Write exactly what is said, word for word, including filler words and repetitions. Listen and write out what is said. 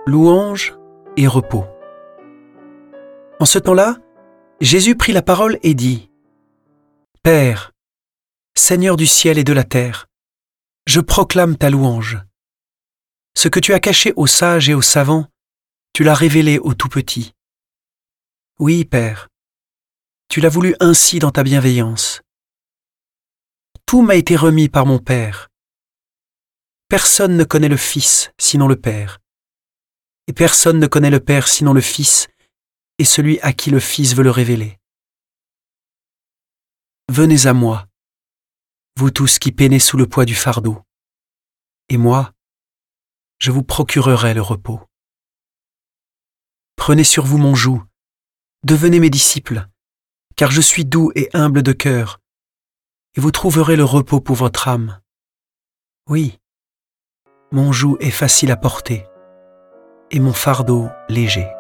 louange et repos. En ce temps-là, Jésus prit la parole et dit : « Père, Seigneur du ciel et de la terre, je proclame ta louange. Ce que tu as caché aux sages et aux savants, tu l'as révélé aux tout-petits. Oui, Père, tu l'as voulu ainsi dans ta bienveillance. Tout m'a été remis par mon Père. Personne ne connaît le Fils sinon le Père, et personne ne connaît le Père sinon le Fils et celui à qui le Fils veut le révéler. Venez à moi, vous tous qui peinez sous le poids du fardeau, et moi, je vous procurerai le repos. Prenez sur vous mon joug, devenez mes disciples, car je suis doux et humble de cœur, et vous trouverez le repos pour votre âme. Oui, mon joug est facile à porter, et mon fardeau léger.